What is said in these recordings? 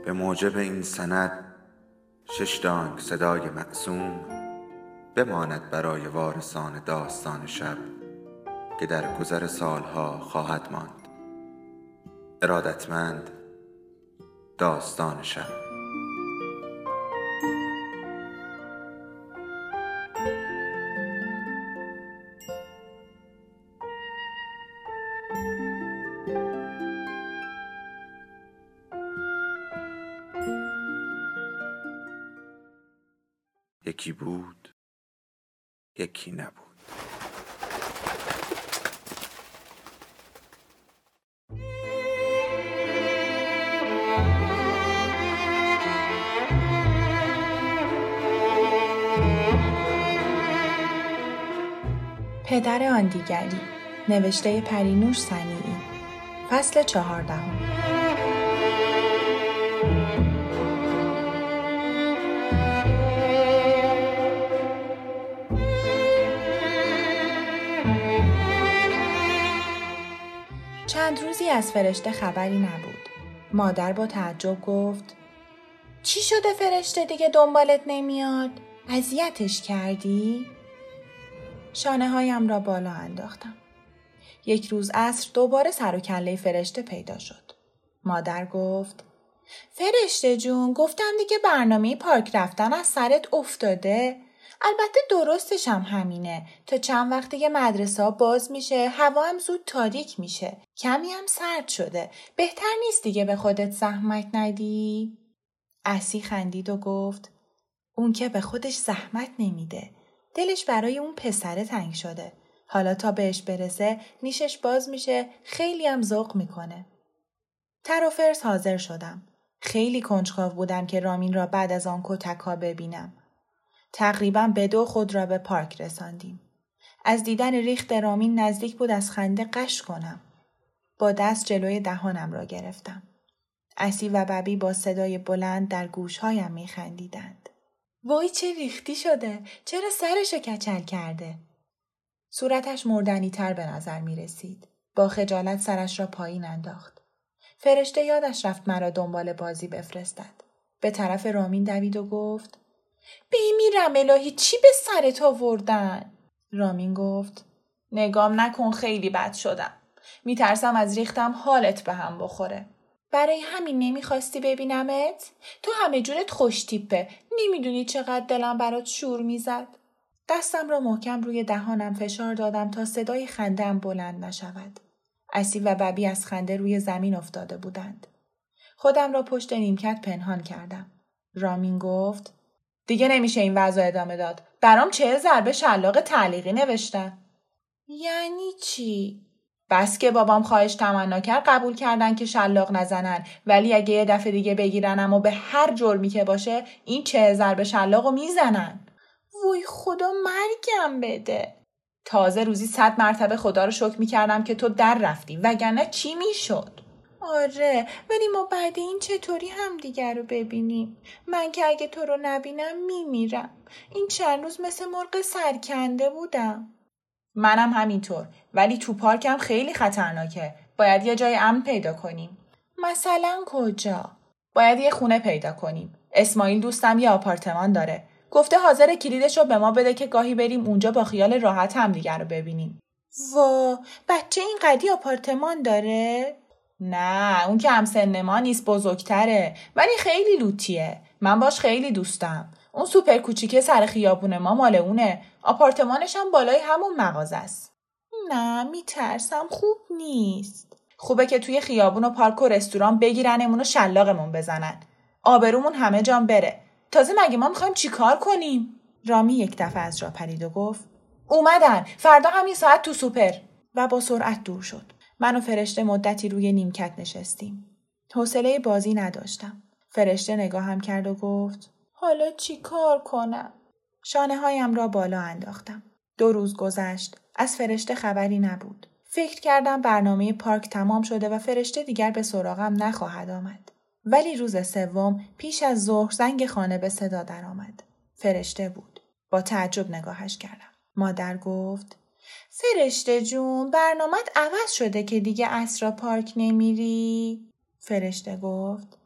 به موجب این سند 6 دانگ صدای معصوم بماند برای وارثان داستان شب که در گذر سالها خواهد ماند. ارادتمند، داستان شب. یکی بود، یکی نبود. پدر آن دیگری، نوشته پرینوش صنیعی، فصل 14. چند روزی از فرشته خبری نبود. مادر با تعجب گفت: چی شده فرشته دیگه دنبالت نمیاد؟ اذیتش کردی؟ شانه هایم را بالا انداختم. یک روز عصر دوباره سر و کله فرشته پیدا شد. مادر گفت: فرشته جون، گفتم دیگه برنامه پارک رفتن از سرت افتاده. البته درستش هم همینه، تا چند وقت دیگه مدرسه ها باز میشه، هوا هم زود تاریک میشه، کمی هم سرد شده، بهتر نیست دیگه به خودت زحمت ندی؟ اسی خندید و گفت: اون که به خودش زحمت نمیده، دلش برای اون پسره تنگ شده. حالا تا بهش برسه نیشش باز میشه، خیلی هم ذوق میکنه. تر و فرز حاضر شدم. خیلی کنجکاو بودم که رامین را بعد از آن کتک‌ها ببینم. تقریباً به 2 خود را به پارک رساندیم. از دیدن ریخت رامین نزدیک بود از خنده غش کنم. با دست جلوی دهانم را گرفتم. اسی و ببی با صدای بلند در گوشهایم میخندیدند. وای چه ریختی شده، چرا سرشو کچل کرده؟ صورتش مردنی تر به نظر می رسید. با خجالت سرش را پایین انداخت. فرشته یادش رفت مرا دنبال بازی بفرستد. به طرف رامین دوید و گفت: بیمیرم الهی، چی به سرت آوردن؟ رامین گفت: نگام نکن، خیلی بد شدم. میترسم از ریختم حالت به هم بخوره. برای همین نمیخواستی ببینمت؟ تو همه جورت خوش تیپه، نمیدونی چقدر دلم برات شور میزد. دستم را محکم روی دهانم فشار دادم تا صدای خنده‌ام بلند نشود. اسی و ببی از خنده روی زمین افتاده بودند. خودم را پشت نیمکت پنهان کردم. رامین گفت: دیگه نمیشه این وضع ادامه داد. برام 40 ضربه شلاق تعلیقی نوشتن. یعنی چی؟ بس که بابام خواهش تمنا کرد قبول کردن که شلاق نزنن، ولی اگه یه دفعه دیگه بگیرنم و به هر جرمی که باشه این 40 ضربه شلاقو میزنن. وای خدا مرگم بده. تازه روزی 100 مرتبه خدا رو شکر میکردم که تو در رفتی، وگرنه چی میشد؟ آره، ولی ما بعد این چطوری هم دیگر رو ببینیم؟ من که اگه تو رو نبینم میمیرم. این چند روز مثل مرغ سرکنده بودم. منم همینطور، ولی تو پارکم خیلی خطرناکه. باید یه جای امن پیدا کنیم. مثلا کجا؟ باید یه خونه پیدا کنیم. اسماعیل دوستم یه آپارتمان داره. گفته حاضر کلیدش رو به ما بده که گاهی بریم اونجا با خیال راحت هم دیگر رو ببینیم. وا، بچه این قدی آپارتمان داره؟ نه، اون که همسن ما نیست، بزرگتره، ولی خیلی لوتیه. من باش خیلی دوستم. اون سوپر کوچیکه سر خیابون ما مال اونه. آپارتمانش هم بالای همون مغازه است. نه، میترسم، خوب نیست. خوبه که توی خیابون و پارک و رستوران بگیرنمون و شلاقمون بزنن. آبرومون همه جان بره. تازه مگه ما میخوایم چی کار کنیم؟ رامی یک دفعه از جا پرید و گفت: اومدن، فردا همین ساعت تو سوپر. و با سرعت دور شد. من و فرشته مدتی روی نیمکت نشستیم. حوصله بازی نداشتم. فرشته نگاهم کرد و گفت: حالا چی کار کنم؟ شانه هایم را بالا انداختم. 2 روز گذشت. از فرشته خبری نبود. فکر کردم برنامه پارک تمام شده و فرشته دیگر به سراغم نخواهد آمد. ولی روز 3 پیش از ظهر زنگ خانه به صدا در آمد. فرشته بود. با تعجب نگاهش کردم. مادر گفت: فرشته جون، برنامه‌ت عوض شده که دیگه عصرا پارک نمیری؟ فرشته گفت: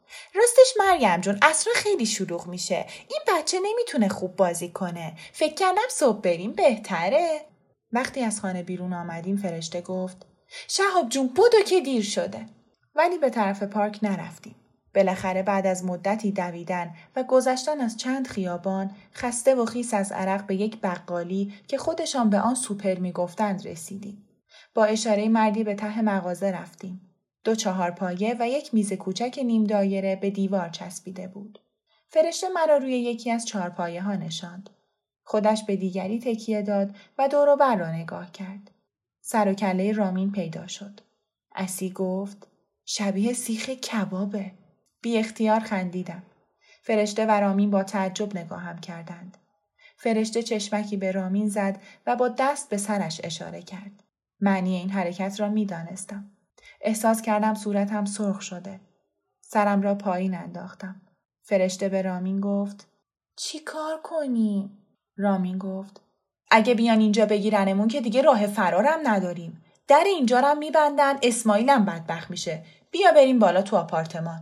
راستش مریم جون عصرا خیلی شلوغ میشه. این بچه نمیتونه خوب بازی کنه. فکر کردم صبح بریم بهتره. وقتی از خانه بیرون آمدیم فرشته گفت شهاب جون بدو که دیر شده. ولی به طرف پارک نرفتیم. بالاخره بعد از مدتی دویدن و گذشتن از چند خیابان خسته و خیس از عرق به یک بقالی که خودشان به آن سوپر میگفتند رسیدیم. با اشاره مردی به ته مغازه رفتیم. 2 4پایه و یک میز کوچک نیم دایره به دیوار چسبیده بود. فرشته مرا روی یکی از 4پایه ها نشاند. خودش به دیگری تکیه داد و دور و بر را نگاه کرد. سر و کله رامین پیدا شد. اسی گفت شبیه سیخ کبابه. بی اختیار خندیدم. فرشته و رامین با تعجب نگاهم کردند. فرشته چشمکی به رامین زد و با دست به سرش اشاره کرد. معنی این حرکت را می دانستم. احساس کردم صورتم سرخ شده. سرم را پایین انداختم. فرشته به رامین گفت چی کار کنیم؟ رامین گفت اگه بیان اینجا بگیرنمون که دیگه راه فرارم نداریم. در اینجا رم میبندن اسماعیلم بدبخت میشه. بیا بریم بالا تو آپارتمان.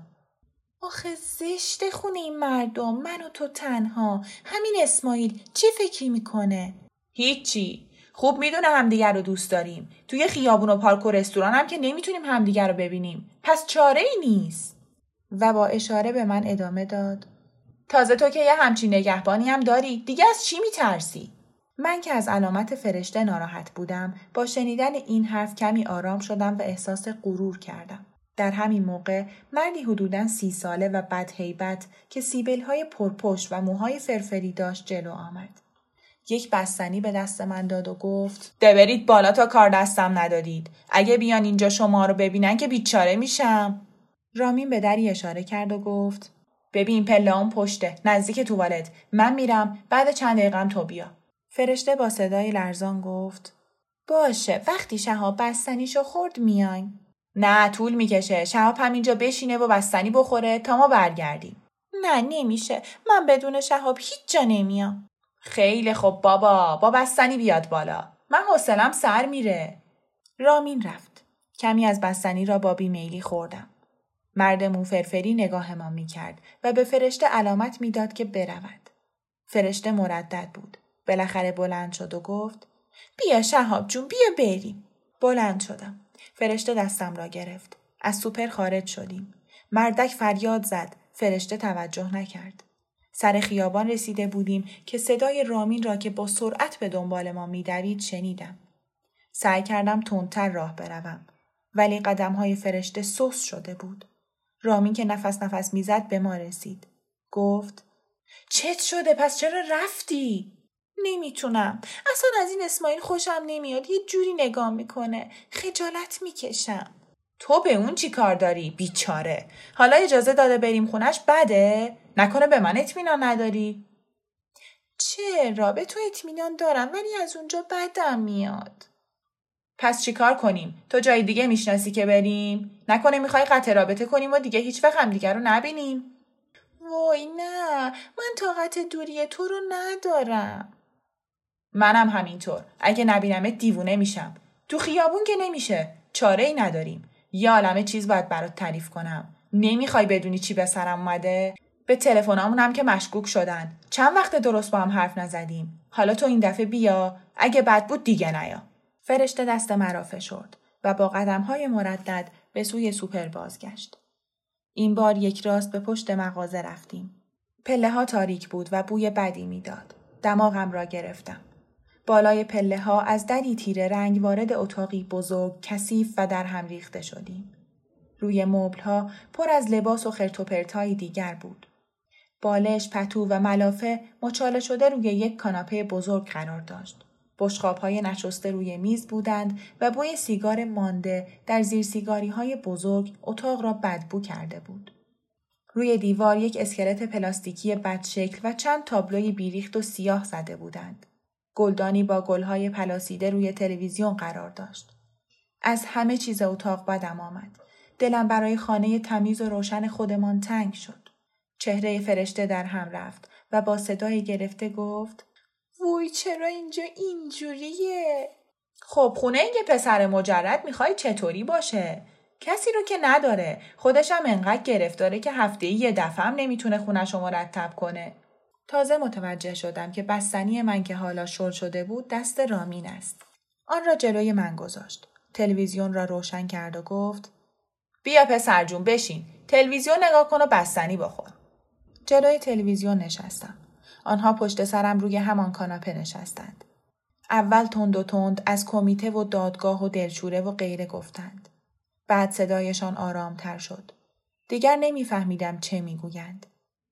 آخه زشت خونه این مردم. من و تو تنها. همین اسماعیل چی فکری میکنه؟ هیچی. خوب میدونه همدیگر رو دوست داریم. توی خیابون و پارک و رستوران هم که نمیتونیم همدیگر رو ببینیم. پس چاره ای نیست. و با اشاره به من ادامه داد. تازه تو که یه همچین نگهبانی هم داری. دیگه از چی میترسی؟ من که از علامت فرشته ناراحت بودم با شنیدن این حرف کمی آرام شدم و احساس غرور کردم. در همین موقع مردی حدوداً 30 ساله و بدهیبت که سیبیل‌های پرپشت و موهای فرفری داشت جلو آمد. یک بستنی به دست من داد و گفت ده برید بالا تا کار دستم ندادید. اگه بیان اینجا شما رو ببینن که بیچاره میشم. رامین به دری اشاره کرد و گفت ببین پله اون پشته نزدیک توالت. من میرم بعد چند دقیقه‌ام تو بیا. فرشته با صدای لرزان گفت باشه وقتی شهاب بستنیشو خورد میایم. نه طول میکشه. شهاب همینجا بشینه و بستنی بخوره تا ما برگردیم. نه نمیشه. من بدون شهاب هیچ جا نمیام. خیلی خب بابا با بستنی بیاد بالا. من حوصله‌ام سر میره. رامین رفت. کمی از بستنی را با بیمیلی خوردم. مرد موفرفری نگاهمان میکرد و به فرشته علامت میداد که برود. فرشته مردد بود. بالاخره بلند شد و گفت بیا شهاب جون بیا بریم. بلند شدم. فرشته دستم را گرفت. از سوپر خارج شدیم. مردک فریاد زد. فرشته توجه نکرد. سر خیابان رسیده بودیم که صدای رامین را که با سرعت به دنبال ما می‌دوید شنیدم. سعی کردم تندتر راه بروم. ولی قدم‌های فرشته سست شده بود. رامین که نفس میزد به ما رسید. گفت چت شده پس چرا رفتی؟ نمیتونم. اصلا از این اسماعیل خوشم نمیاد. یه جوری نگاه میکنه. خجالت میکشم. تو به اون چی کار داری؟ بیچاره. حالا اجازه داده بریم خونش بده؟ نکنه به من اطمینان نداری؟ چرا؟ به تو اطمینان دارم ولی از اونجا بدم میاد. پس چی کار کنیم؟ تو جای دیگه میشناسی که بریم؟ نکنه میخوای قطع رابطه کنیم و دیگه هیچ وقت هم دیگه رو نبینیم؟ وای نه. من طاقت دوری تو رو ندارم. منم همینطور. اگه نبینمت دیوونه میشم. تو خیابون که نمیشه. چاره ای نداریم. یه عالمه چیز باید برات تعریف کنم. نمیخوای بدونی چی به سرم اومده؟ به تلفنامونم که مشکوک شدن. چند وقت درست با هم حرف نزدیم. حالا تو این دفعه بیا. اگه بد بود دیگه نیا. فرشته دست مرا فشرد و با قدم‌های مردد به سوی سوپر بازگشت. این بار یک راست به پشت مغازه رفتیم. پله‌ها تاریک بود و بوی بدی میداد. دماغم را گرفتم. بالای پله‌ها از دری تیره رنگ وارد اتاقی بزرگ، کثیف و در هم ریخته شدیم. روی مبل‌ها پر از لباس و خرت و پرتای دیگر بود. بالش، پتو و ملافه مچاله شده روی یک کاناپه بزرگ قرار داشت. بشقاب‌های نشسته روی میز بودند و بوی سیگار مانده در زیر سیگاری‌های بزرگ اتاق را بدبو کرده بود. روی دیوار یک اسکلت پلاستیکی بدشکل و چند تابلوی بیریخت و سیاه زده بودند. گلدانی با گل‌های پلاسیده روی تلویزیون قرار داشت. از همه چیز اتاق بدم آمد. دلم برای خانه تمیز و روشن خودمان تنگ شد. چهره فرشته در هم رفت و با صدای گرفته گفت وای چرا اینجا اینجوریه؟ خب خونه یه پسر مجرد میخوای چطوری باشه؟ کسی رو که نداره. خودش هم انقدر گرفتاره که هفته‌ای یه دفعه هم نمیتونه خونش رو مرتب کنه. تازه متوجه شدم که بستنی من که حالا شل شده بود دست رامین است. آن را جلوی من گذاشت. تلویزیون را روشن کرد و گفت بیا پسر جون بشین. تلویزیون نگاه کن و بستنی بخور. جلوی تلویزیون نشستم. آنها پشت سرم روی همان کاناپه نشستند. اول تند و تند از کمیته و دادگاه و دلشوره و غیره گفتند. بعد صدایشان آرامتر شد. دیگر نمیفهمیدم چه میگویند.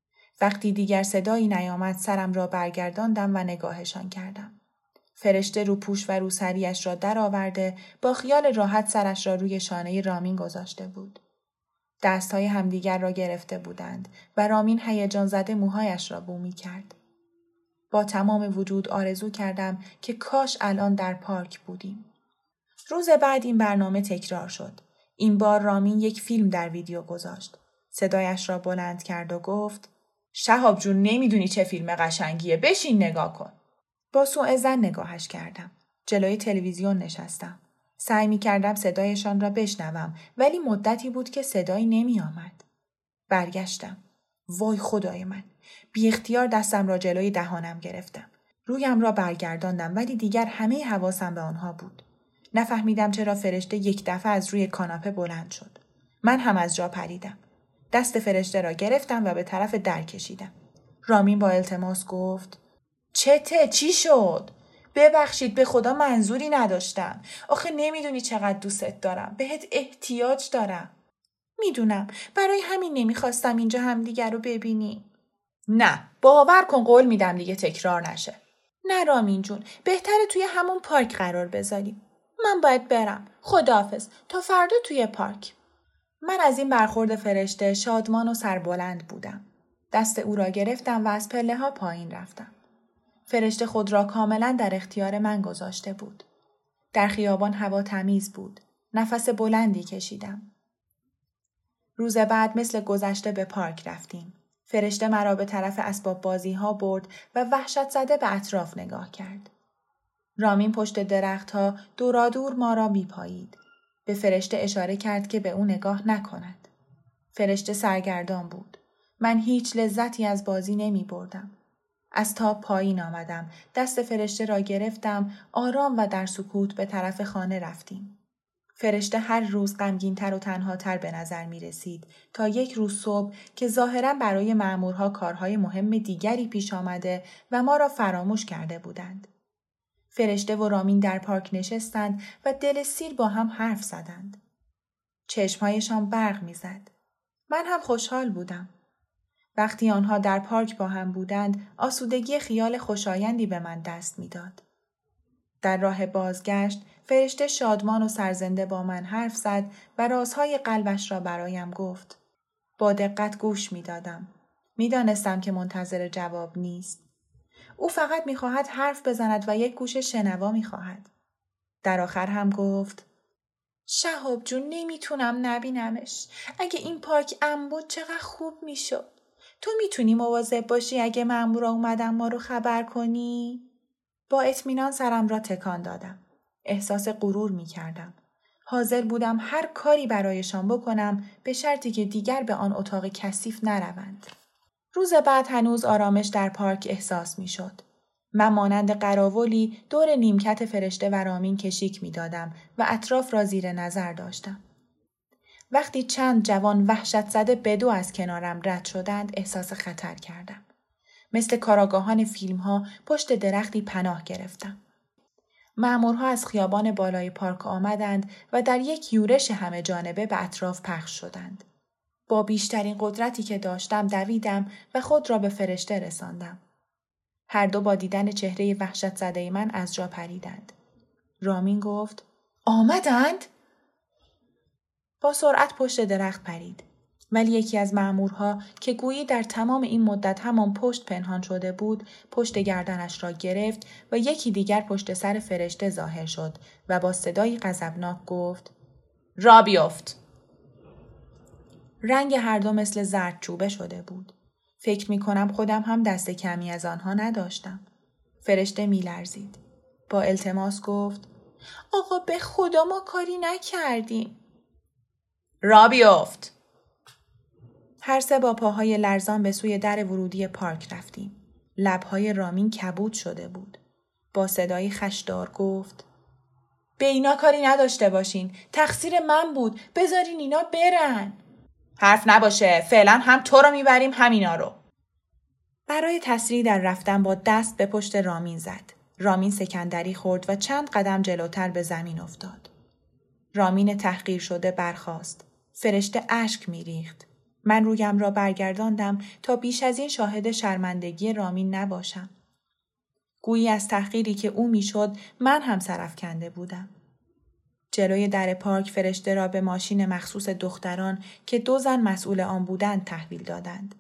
وقتی دیگر صدایی نیامد سرم را برگرداندم و نگاهشان کردم. فرشته روپوش و روسریش را درآورده با خیال راحت سرش را روی شانه رامین گذاشته بود. دستهای همدیگر را گرفته بودند و رامین هیجان زده موهایش را بو می‌کرد. با تمام وجود آرزو کردم که کاش الان در پارک بودیم. روز بعد این برنامه تکرار شد. این بار رامین یک فیلم در ویدیو گذاشت. صدایش را بلند کرد و گفت شهاب جون نمیدونی چه فیلم قشنگیه، بشین نگاه کن. با سوء ظن نگاهش کردم. جلوی تلویزیون نشستم. سعی می کردم صدایشان را بشنوم ولی مدتی بود که صدایی نمی آمد. برگشتم. وای خدای من. بی اختیار دستم را جلوی دهانم گرفتم. رویم را برگرداندم ولی دیگر همه حواسم به آنها بود. نفهمیدم چرا فرشته یک دفعه از روی کاناپه بلند شد. من هم از جا پریدم. دست فرشته را گرفتم و به طرف در کشیدم. رامین با التماس گفت چته؟ چی شد؟ ببخشید به خدا منظوری نداشتم. آخه نمیدونی چقدر دوستت دارم. بهت احتیاج دارم. میدونم. برای همین نمیخواستم اینجا همدیگر رو ببینی. نه. باور کن قول میدم دیگه تکرار نشه. نه رامین جون. بهتره توی همون پارک قرار بذاریم. من باید برم. خداحافظ. تا فردا توی پارک. من از این برخورد فرشته شادمان و سربلند بودم. دست او را گرفتم و از پله ها پایین رفتم. فرشته خود را کاملا در اختیار من گذاشته بود. در خیابان هوا تمیز بود. نفس بلندی کشیدم. روز بعد مثل گذشته به پارک رفتیم. فرشته مرا به طرف اسباب بازی ها برد و وحشت زده به اطراف نگاه کرد. رامین پشت درختها دورادور ما را میپایید. به فرشته اشاره کرد که به او نگاه نکند. فرشته سرگردان بود. من هیچ لذتی از بازی نمی بردم. از تاب پایین آمدم. دست فرشته را گرفتم. آرام و در سکوت به طرف خانه رفتیم. فرشته هر روز غمگین‌تر و تنهاتر به نظر می رسید تا یک روز صبح که ظاهراً برای مأمورها کارهای مهم دیگری پیش آمده و ما را فراموش کرده بودند. فرشته و رامین در پارک نشستند و دل سیر با هم حرف زدند. چشمهایشان برق می زد. من هم خوشحال بودم. وقتی آنها در پارک با هم بودند، آسودگی خیال خوشایندی به من دست می داد. در راه بازگشت، فرشته شادمان و سرزنده با من حرف زد و رازهای قلبش را برایم گفت. با دقت گوش می دادم. می دانستم که منتظر جواب نیست. او فقط می خواهد حرف بزند و یک گوش شنوا می خواهد. در آخر هم گفت شهاب جون نمیتونم نبینمش. اگه این پارک امن بود چقدر خوب می شد. تو میتونی مواظب باشی اگه مأمورا اومدن ما رو خبر کنی؟ با اطمینان سرم را تکان دادم. احساس غرور می کردم. حاضر بودم هر کاری برایشان بکنم به شرطی که دیگر به آن اتاق کثیف نروند. روز بعد هنوز آرامش در پارک احساس می شد. من مانند قراولی دور نیمکت فرشته و رامین کشیک می دادم و اطراف را زیر نظر داشتم. وقتی چند جوان وحشت زده بدو از کنارم رد شدند احساس خطر کردم. مثل کاراگاهان فیلم ها پشت درختی پناه گرفتم. مأمورها از خیابان بالای پارک آمدند و در یک یورش همه جانبه به اطراف پخش شدند. با بیشترین قدرتی که داشتم دویدم و خود را به فرشته رساندم. هر دو با دیدن چهره وحشت زده من از جا پریدند. رامین گفت آمدند؟ با سرعت پشت درخت پرید. ولی یکی از مأمورها که گویی در تمام این مدت همان پشت پنهان شده بود، پشت گردنش را گرفت و یکی دیگر پشت سر فرشته ظاهر شد و با صدای غضبناک گفت را بیفت. رنگ هر دو مثل زرد چوبه شده بود. فکر می کنم خودم هم دست کمی از آنها نداشتم. فرشته می لرزید. با التماس گفت آقا به خدا ما کاری نکردیم. را بیفت. هر سه با پاهای لرزان به سوی در ورودی پارک رفتیم. لبهای رامین کبود شده بود. با صدای خشدار گفت: به اینا کاری نداشته باشین. تقصیر من بود. بذارین اینا برن. حرف نباشه. فعلا هم تو رو میبریم هم اینا رو. برای تسریع در رفتن با دست به پشت رامین زد. رامین سکندری خورد و چند قدم جلوتر به زمین افتاد. رامین تحقیر شده برخاست. فرشته اشک میریخت. من رویم را برگرداندم تا بیش از این شاهد شرمندگی رامین نباشم. گویی از تحقیری که او میشد من هم سرافکنده بودم. جلوی در پارک فرشته را به ماشین مخصوص دختران که 2 زن مسئول آن بودند تحویل دادند.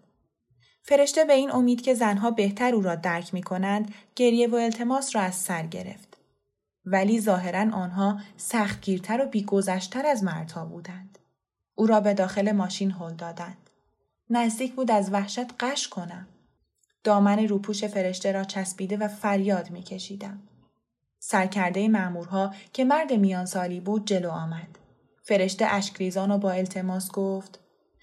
فرشته به این امید که زنها بهتر او را درک می کنند گریه و التماس را از سر گرفت. ولی ظاهراً آنها سختگیرتر و بیگذشتر از مردها بودند. او را به داخل ماشین هل دادند. نزدیک بود از وحشت غش کنم. دامن روپوش فرشته را چسبیده و فریاد می کشیدم. سرکرده مأمورها که مرد میان سالی بود جلو آمد. فرشته اشکریزان و با التماس گفت: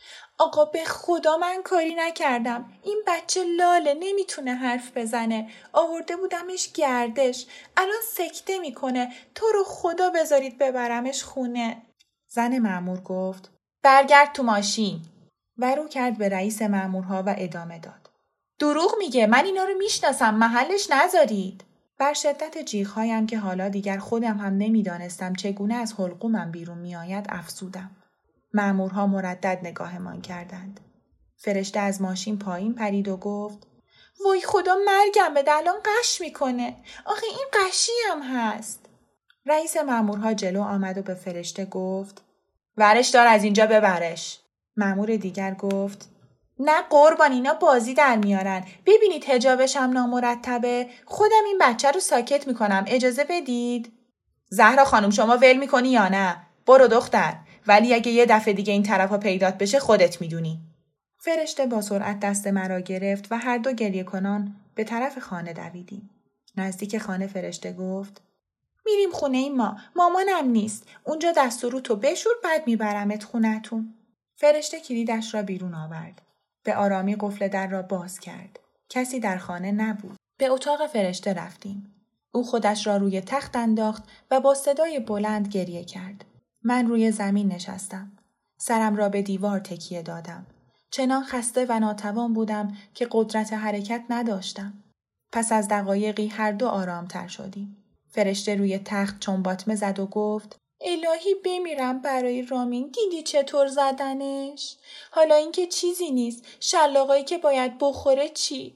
آقا به خدا من کاری نکردم. این بچه لاله نمیتونه حرف بزنه. آورده بودمش گردش. الان سکته میکنه. تو رو خدا بذارید ببرمش خونه. زن مأمور گفت: برگرد تو ماشین. و رو کرد به رئیس مأمورها و ادامه داد: دروغ میگه. من اینا رو میشناسم. محلش نذارید. بر شدت جیغ‌هایم که حالا دیگر خودم هم نمیدانستم چگونه از حلقومم بیرون میآید افسودم. مأمورها مردد نگاهمان کردند. فرشته از ماشین پایین پرید و گفت: وای خدا مرگم بده. الان قش میکنه. آخه این قشی هم هست. رئیس مأمورها جلو آمد و به فرشته گفت: ورش دار از اینجا ببرش. مأمور دیگر گفت: نه قربان اینا بازی در میارن. ببینید حجابش هم نامرتبه. خودم این بچه رو ساکت میکنم. اجازه بدید. زهرا خانم شما ول میکنی یا نه؟ برو دختر. ولی اگه یه دفعه دیگه این طرفا پیدات بشه خودت میدونی. فرشته با سرعت دست مرا گرفت و هر دو گریه کنان به طرف خانه دویدیم. نزدیک خانه فرشته گفت: میریم خونه مامانم نیست. اونجا دست و رو تو بشور بعد میبرمت خونتون. فرشته کلیدش را بیرون آورد. به آرامی قفل در را باز کرد. کسی در خانه نبود. به اتاق فرشته رفتیم. او خودش را روی تخت انداخت و با صدای بلند گریه کرد. من روی زمین نشستم. سرم را به دیوار تکیه دادم. چنان خسته و ناتوان بودم که قدرت حرکت نداشتم. پس از دقایقی هر دو آرامتر شدیم. فرشته روی تخت چنباتمه زد و گفت: الهی بمیرم برای رامین. دیدی چطور زدنش؟ حالا اینکه چیزی نیست. شلاقایی که باید بخوره چی؟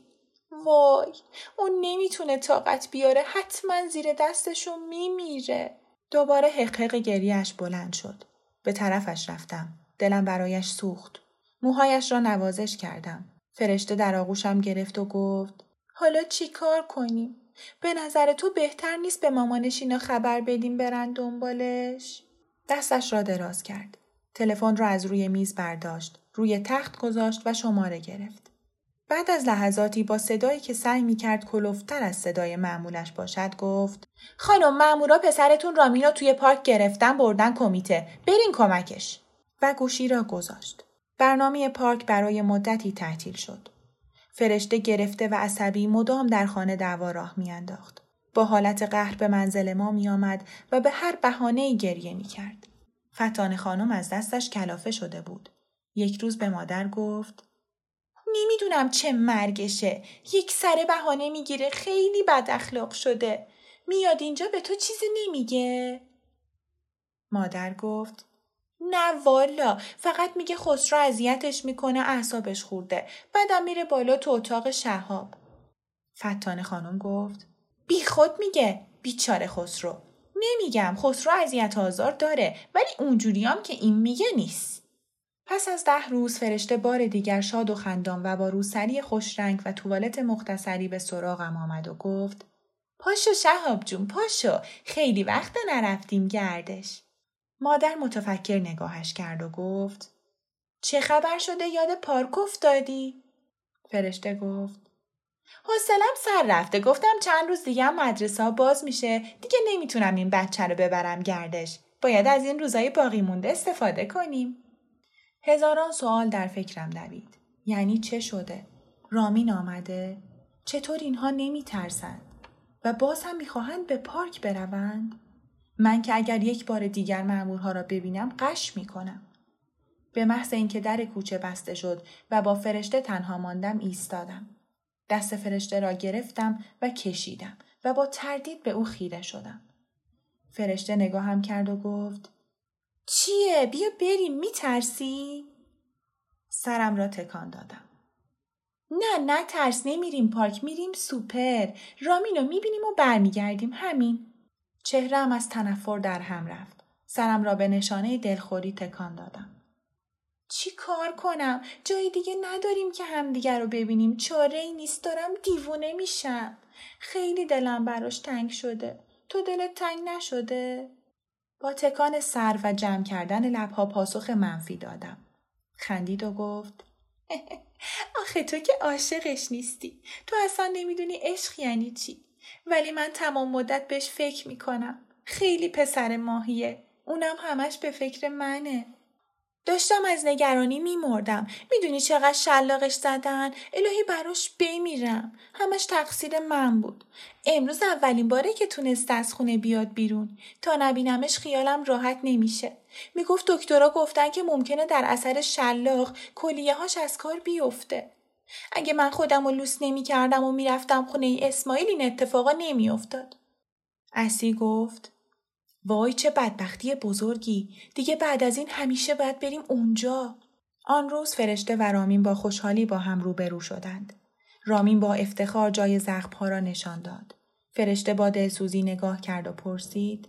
وای اون نمیتونه طاقت بیاره. حتما زیر دستشو میمیره. دوباره حقحق گریهش بلند شد. به طرفش رفتم. دلم برایش سوخت. موهایش را نوازش کردم. فرشته در آغوشم گرفت و گفت: حالا چی کار کنیم؟ به نظر تو بهتر نیست به مامانش اینا خبر بدیم برن دنبالش؟ دستش را دراز کرد. تلفن را از روی میز برداشت. روی تخت گذاشت و شماره گرفت. بعد از لحظاتی با صدایی که سعی می‌کرد کلوفتر از صدای معمولش باشد گفت: خانم مامورا پسرتون رامینو توی پارک گرفتن بردن کمیته. برین کمکش. و گوشی را گذاشت. برنامه پارک برای مدتی تعطیل شد. فرشته گرفته و عصبی مدام در خانه دعوا راه میانداخت. با حالت قهر به منزل ما میآمد و به هر بهانه‌ای گریه میکرد. فتانه خانم از دستش کلافه شده بود. یک روز به مادر گفت: نمیدونم چه مرگشه. یک سره بهانه میگیره. خیلی بد اخلاق شده. میاد اینجا به تو چیزی نمیگه؟ مادر گفت: نه والا، فقط میگه خسرو اذیتش میکنه، اعصابش خورده. بعدم میره بالا تو اتاق شهاب. فتانه خانم گفت: بی خود میگه. بیچاره خسرو. نمیگم خسرو اذیت آزار داره، ولی اونجوریام که این میگه نیست. پس از 10 روز فرشته بار دیگر شاد و خندان و با روسری خوشرنگ و توالت مختصری به سراغم آمد و گفت: پاشو شهاب جون پاشو، خیلی وقت نرفتیم گردش. مادر متفکر نگاهش کرد و گفت: چه خبر شده یاد پارک افتادی؟ فرشته گفت: حوصله‌ام سر رفته. گفتم چند روز دیگه هم مدرسه ها باز میشه. دیگه نمیتونم این بچه رو ببرم گردش. باید از این روزای باقی مونده استفاده کنیم. هزاران سوال در فکرم دوید. یعنی چه شده؟ رامین آمده؟ چطور اینها نمی ترسند؟ و باز هم می خواهند به پارک بروند؟ من که اگر یک بار دیگر مأمورها را ببینم غش می کنم. به محض اینکه در کوچه بسته شد و با فرشته تنها ماندم ایستادم. دست فرشته را گرفتم و کشیدم و با تردید به او خیره شدم. فرشته نگاهم کرد و گفت چیه؟ بیا بریم، می ترسی؟ سرم را تکان دادم. نه ترس، نمیریم پارک، میریم سوپر. رامینو میبینیم و برمیگردیم، همین. چهره‌ام از تنفر در هم رفت. سرم را به نشانه دلخوری تکان دادم. چی کار کنم؟ جای دیگه نداریم که همدیگر رو ببینیم. چاره‌ای نیست، دارم دیوونه میشم. خیلی دلم براش تنگ شده. تو دلت تنگ نشده؟ با تکان سر و جمع کردن لب‌ها پاسخ منفی دادم. خندید و گفت آخه تو که عاشقش نیستی. تو اصلا نمیدونی عشق یعنی چی. ولی من تمام مدت بهش فکر میکنم. خیلی پسر ماهیه. اونم همش به فکر منه. داشتم از نگرانی میمردم. میدونی چقدر شلاقش زدن؟ الهی براش بمیرم. همش تقصیر من بود. امروز اولین باره که تونسته از خونه بیاد بیرون. تا نبینمش خیالم راحت نمیشه. میگفت دکترها گفتن که ممکنه در اثر شلاق کلیه‌هاش از کار بیفته. اگه من خودم رو لوس نمی کردم و میرفتم خونه اسماعیل این اتفاقا نمی افتاد. اسی گفت وای چه بدبختی بزرگی. دیگه بعد از این همیشه باید بریم اونجا. آن روز فرشته و رامین با خوشحالی با هم روبرو شدند. رامین با افتخار جای زخم‌ها را نشان داد. فرشته با دلسوزی نگاه کرد و پرسید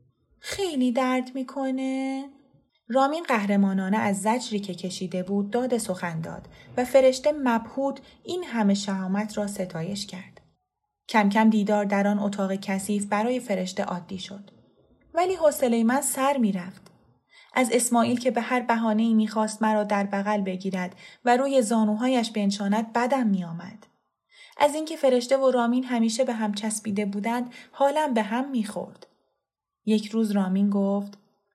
خیلی درد میکنه؟ رامین قهرمانانه از زجری که کشیده بود داد سخن داد و فرشته مبهوت این همه شهامت را ستایش کرد. کم کم دیدار در آن اتاق کثیف برای فرشته عادی شد. ولی حوصله من سر می رفت. از اسماعیل که به هر بهانه‌ای می‌خواست مرا در بغل بگیرد و روی زانوهایش بنشاند بدم می آمد. از اینکه فرشته و رامین همیشه به هم چسبیده بودند حالم به هم می‌خورد. یک روز رامین گفت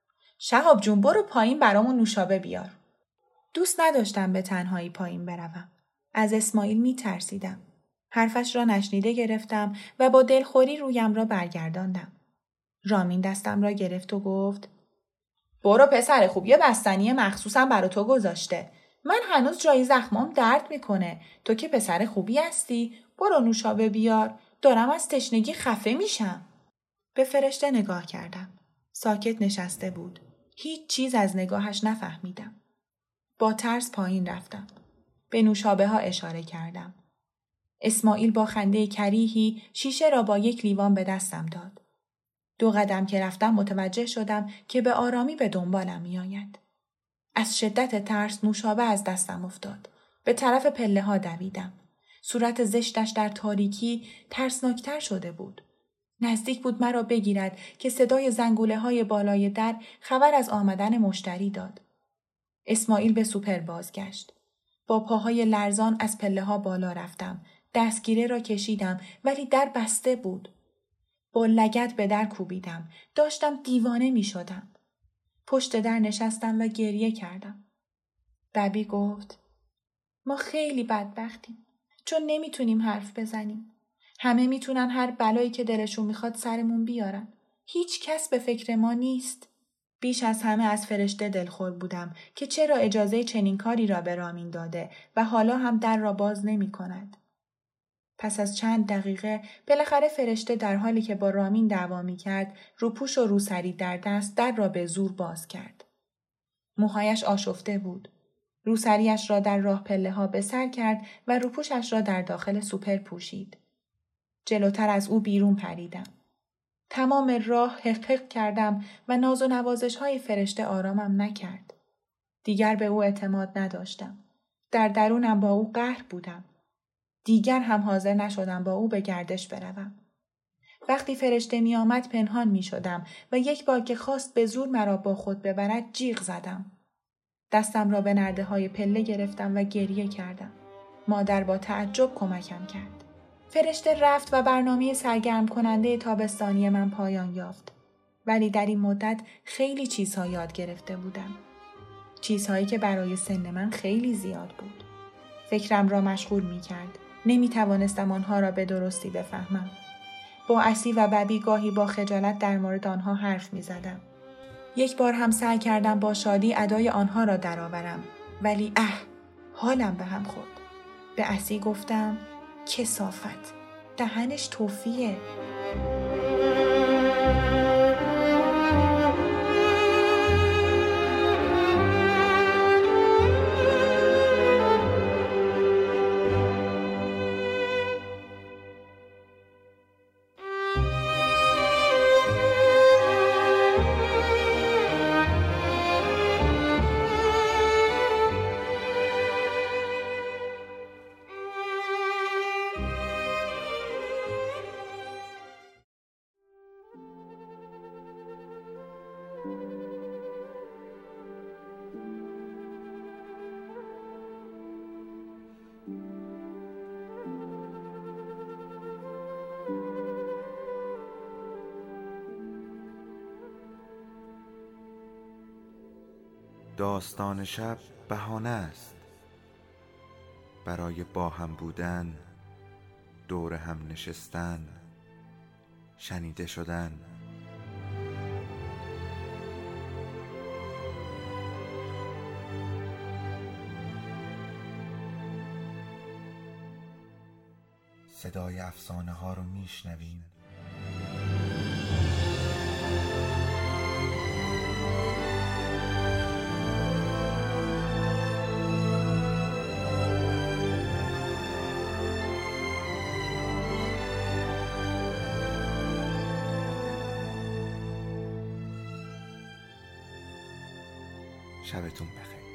شهاب جون برو پایین برامون نوشابه بیار. دوست نداشتم به تنهایی پایین بروم. از اسماعیل می ترسیدم. حرفش را نشنیده گرفتم و با دلخوری رویم را برگرداندم. رامین دستم را گرفت و گفت برو پسر خوب، یه بستنی مخصوصم برا تو گذاشته. من هنوز جای زخمام درد میکنه. تو که پسر خوبی هستی، برو نوشابه بیار. دارم از تشنگی خفه میشم. به فرشته نگاه کردم. ساکت نشسته بود. هیچ چیز از نگاهش نفهمیدم. با ترس پایین رفتم. به نوشابه ها اشاره کردم. اسماعیل با خنده کریهی شیشه را با یک لیوان به دستم داد. 2 قدم که رفتم متوجه شدم که به آرامی به دنبالم می آید. از شدت ترس نوشابه از دستم افتاد. به طرف پله ها دویدم. صورت زشتش در تاریکی ترسناکتر شده بود. نزدیک بود مرا بگیرد که صدای زنگوله های بالای در خبر از آمدن مشتری داد. اسماعیل به سوپر بازگشت. با پاهای لرزان از پله ها بالا رفتم. دستگیره را کشیدم ولی در بسته بود. با لگد به در کوبیدم. داشتم دیوانه می شدم. پشت در نشستم و گریه کردم. ببی گفت ما خیلی بدبختیم چون نمیتونیم حرف بزنیم. همه میتونن هر بلایی که دلشون میخواد سرمون بیارن. هیچ کس به فکر ما نیست. بیش از همه از فرشته دلخور بودم که چرا اجازه چنین کاری را به رامین داده و حالا هم در را باز نمی کند. پس از چند دقیقه بالاخره فرشته در حالی که با رامین دعوا می کرد روپوش و روسری در دست در را به زور باز کرد. موهایش آشفته بود. روسریش را در راه پله ها به سر کرد و روپوشش را در داخل سوپر پوشید. جلوتر از او بیرون پریدم. تمام راه حق کردم و ناز و نوازش های فرشته آرامم نکرد. دیگر به او اعتماد نداشتم. در درونم با او قهر بودم. دیگر هم حاضر نشدم با او به گردش بروم. وقتی فرشته می آمد پنهان می شدم و یک بار که خواست به زور مرا با خود ببرد جیغ زدم. دستم را به نرده های پله گرفتم و گریه کردم. مادر با تعجب کمکم کرد. فرشته رفت و برنامه سرگرم کننده تابستانی من پایان یافت. ولی در این مدت خیلی چیزها یاد گرفته بودم. چیزهایی که برای سن من خیلی زیاد بود. فکرم را مشغول می کرد. نمی توانستم آنها را به درستی بفهمم. با اسی و ببی گاهی با خجالت در مورد آنها حرف می زدم. یک بار هم سعی کردم با شادی ادای آنها را درآورم، ولی حالم به هم خورد. به اسی گفتم کثافت، دهنش توفیه. داستان شب بهانه است برای با هم بودن، دور هم نشستن، شنیده شدن. صدای افسانه ها رو میشنویم. شبتون بخیر.